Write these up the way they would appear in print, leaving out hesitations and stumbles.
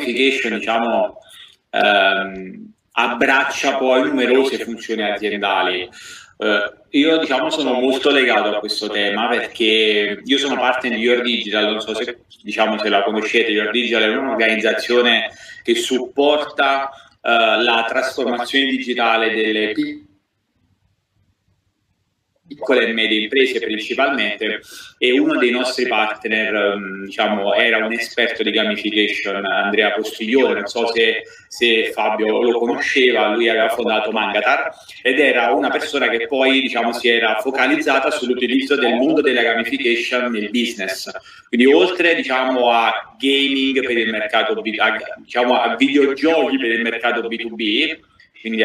gamification, diciamo, abbraccia poi numerose funzioni aziendali. Io diciamo sono molto legato a questo tema perché io sono parte di Your Digital, non so se, diciamo, se la conoscete. Your Digital è un'organizzazione che supporta la trasformazione digitale delle piccole e medie imprese principalmente, e uno dei nostri partner diciamo, era un esperto di gamification, Andrea Postiglione. Non so se Fabio lo conosceva. Lui aveva fondato Mangatar ed era una persona che poi diciamo, si era focalizzata sull'utilizzo del mondo della gamification nel business, quindi oltre diciamo, a gaming per il mercato diciamo, a videogiochi per il mercato B2B, quindi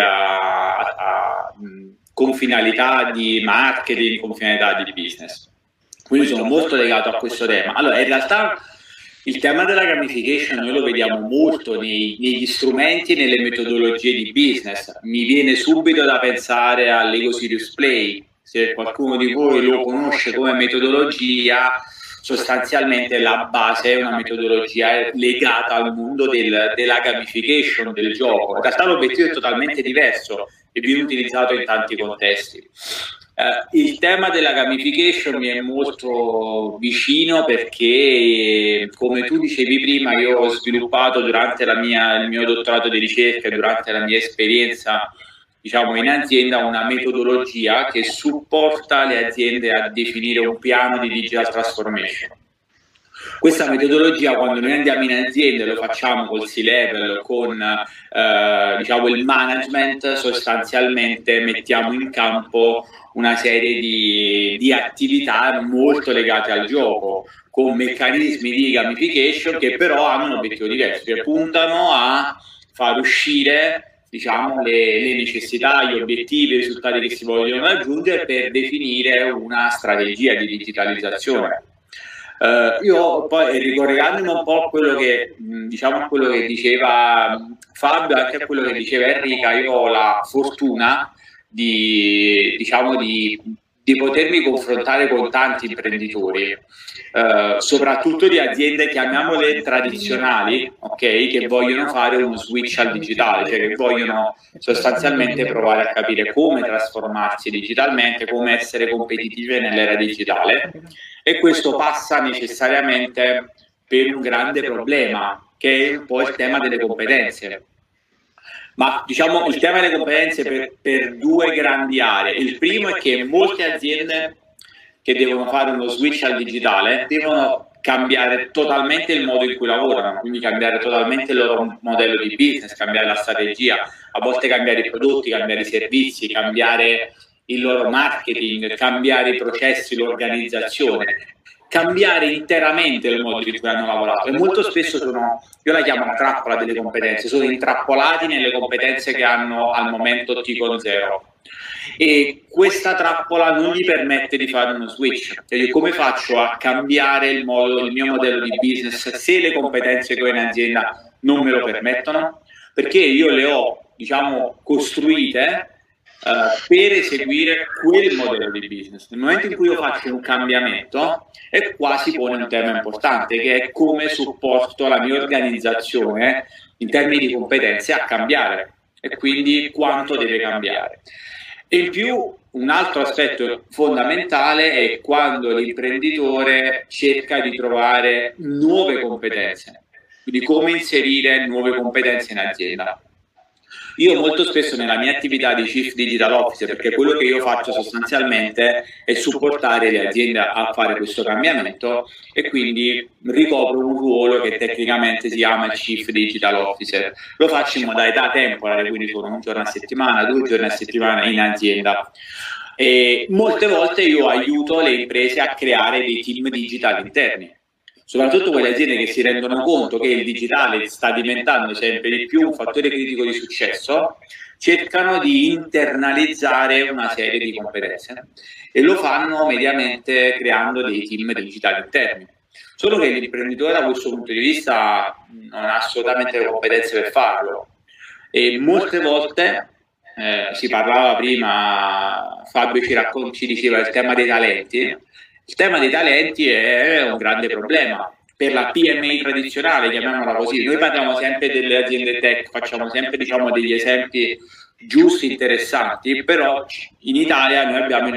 con finalità di marketing, con finalità di business. Quindi sono molto legato a questo tema. Allora, in realtà il tema della gamification noi lo vediamo molto negli strumenti e nelle metodologie di business. Mi viene subito da pensare all'Ego Serious Play. Se qualcuno di voi lo conosce come metodologia, sostanzialmente la base è una metodologia legata al mondo della gamification del gioco. In realtà l'obiettivo è totalmente diverso e viene utilizzato in tanti contesti. Il tema della gamification mi è molto vicino perché, come tu dicevi prima, io ho sviluppato durante il mio dottorato di ricerca e durante la mia esperienza diciamo, in azienda una metodologia che supporta le aziende a definire un piano di digital transformation. Questa metodologia, quando noi andiamo in azienda e lo facciamo col C-level, con diciamo, il management, sostanzialmente mettiamo in campo una serie di attività molto legate al gioco, con meccanismi di gamification che però hanno un obiettivo diverso, che puntano a far uscire diciamo, le necessità, gli obiettivi, i risultati che si vogliono raggiungere per definire una strategia di digitalizzazione. Io poi, ricollegandomi un po' a quello che, diciamo, a quello che diceva Fabio, anche a quello che diceva Enrica, io ho la fortuna diciamo, di potermi confrontare con tanti imprenditori, soprattutto di aziende, chiamiamole tradizionali, okay, che vogliono fare uno switch al digitale, cioè che vogliono sostanzialmente provare a capire come trasformarsi digitalmente, come essere competitive nell'era digitale, e questo passa necessariamente per un grande problema, che è un po' il tema delle competenze. Ma diciamo il tema delle competenze per due grandi aree. Il primo è che molte aziende che devono fare uno switch al digitale devono cambiare totalmente il modo in cui lavorano, quindi cambiare totalmente il loro modello di business, cambiare la strategia, a volte cambiare i prodotti, cambiare i servizi, cambiare il loro marketing, cambiare i processi, l'organizzazione, cambiare interamente il modo in cui hanno lavorato. E molto spesso io la chiamo la trappola delle competenze, sono intrappolati nelle competenze che hanno al momento T con 0. E questa trappola non gli permette di fare uno switch. Cioè, come faccio a cambiare il mio modello di business se le competenze che ho in azienda non me lo permettono? Perché io le ho, diciamo, costruite per eseguire quel modello di business. Nel momento in cui io faccio un cambiamento, e qua si pone un tema importante, che è come supporto la mia organizzazione in termini di competenze a cambiare, e quindi quanto deve cambiare. E in più un altro aspetto fondamentale è quando l'imprenditore cerca di trovare nuove competenze, quindi come inserire nuove competenze in azienda. Io molto spesso nella mia attività di Chief Digital Officer, perché quello che io faccio sostanzialmente è supportare le aziende a fare questo cambiamento, e quindi ricopro un ruolo che tecnicamente si chiama Chief Digital Officer. Lo faccio in modalità temporale, quindi sono un giorno a settimana, 2 giorni a settimana in azienda. E molte volte io aiuto le imprese a creare dei team digital interni, soprattutto quelle aziende che si rendono conto che il digitale sta diventando sempre di più un fattore critico di successo, cercano di internalizzare una serie di competenze e lo fanno mediamente creando dei team digitali interni. Solo che l'imprenditore da questo punto di vista non ha assolutamente le competenze per farlo, e molte volte si parlava prima, Fabio ci diceva il tema dei talenti. Il tema dei talenti è un grande problema. per la PMI tradizionale, chiamiamola così. Noi parliamo sempre delle aziende tech, facciamo sempre diciamo degli esempi giusti, interessanti, però in Italia noi abbiamo il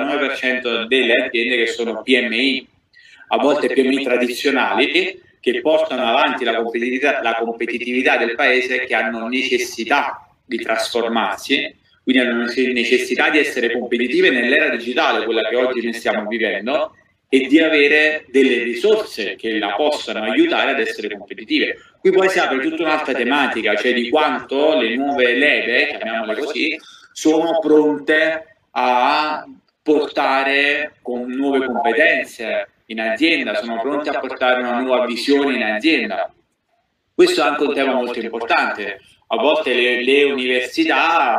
99% delle aziende che sono PMI, a volte PMI tradizionali, che portano avanti la competitività del paese, che hanno necessità di trasformarsi, quindi hanno necessità di essere competitive nell'era digitale, quella che oggi ne stiamo vivendo, e di avere delle risorse che la possano aiutare ad essere competitive. Qui poi si apre tutta un'altra tematica, cioè di quanto le nuove leve, chiamiamole così, sono pronte a portare con nuove competenze in azienda, sono pronte a portare una nuova visione in azienda. Questo è anche un tema molto importante. A volte le università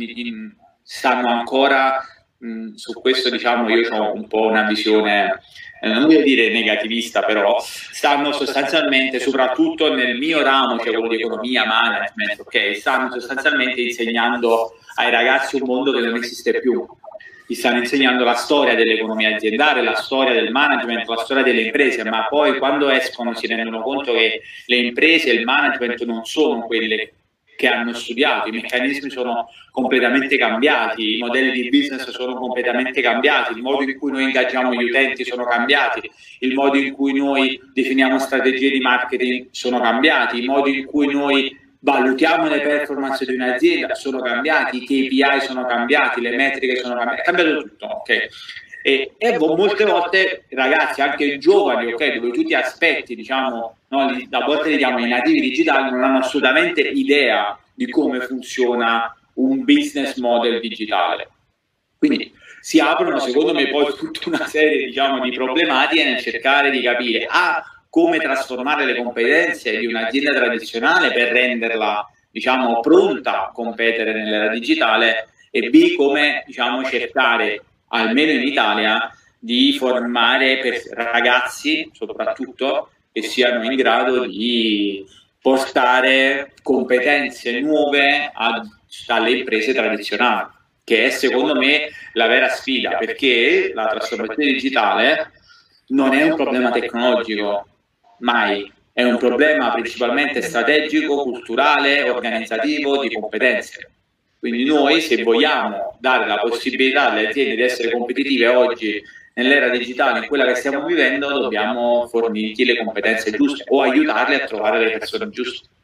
stanno ancora su questo, diciamo, io ho un po' una visione, non voglio dire negativista, però stanno sostanzialmente, soprattutto nel mio ramo, cioè quello di economia, management, ok, stanno sostanzialmente insegnando ai ragazzi un mondo che non esiste più. Gli stanno insegnando la storia dell'economia aziendale, la storia del management, la storia delle imprese, ma poi quando escono si rendono conto che le imprese e il management non sono quelle che hanno studiato, i meccanismi sono completamente cambiati, i modelli di business sono completamente cambiati, il modo in cui noi ingaggiamo gli utenti sono cambiati, il modo in cui noi definiamo strategie di marketing sono cambiati, i modi in cui noi valutiamo le performance di un'azienda sono cambiati, i KPI sono cambiati, le metriche sono cambiate, è cambiato tutto, ok? E molte volte ragazzi, anche giovani, ok, dove tu ti aspetti, diciamo, no, a volte li chiamo i nativi digitali, non hanno assolutamente idea di come funziona un business model digitale. Quindi si aprono, secondo me, poi tutta una serie, diciamo, di problematiche nel cercare di capire come trasformare le competenze di un'azienda tradizionale per renderla, diciamo, pronta a competere nell'era digitale, e B, come, diciamo, cercare, almeno in Italia, di formare ragazzi, soprattutto, che siano in grado di portare competenze nuove alle imprese tradizionali, che è secondo me la vera sfida, perché la trasformazione digitale non è un problema tecnologico, mai, è un problema principalmente strategico, culturale, organizzativo, di competenze. Quindi noi, se vogliamo dare la possibilità alle aziende di essere competitive oggi nell'era digitale, in quella che stiamo vivendo, dobbiamo fornirgli le competenze giuste o aiutarle a trovare le persone giuste.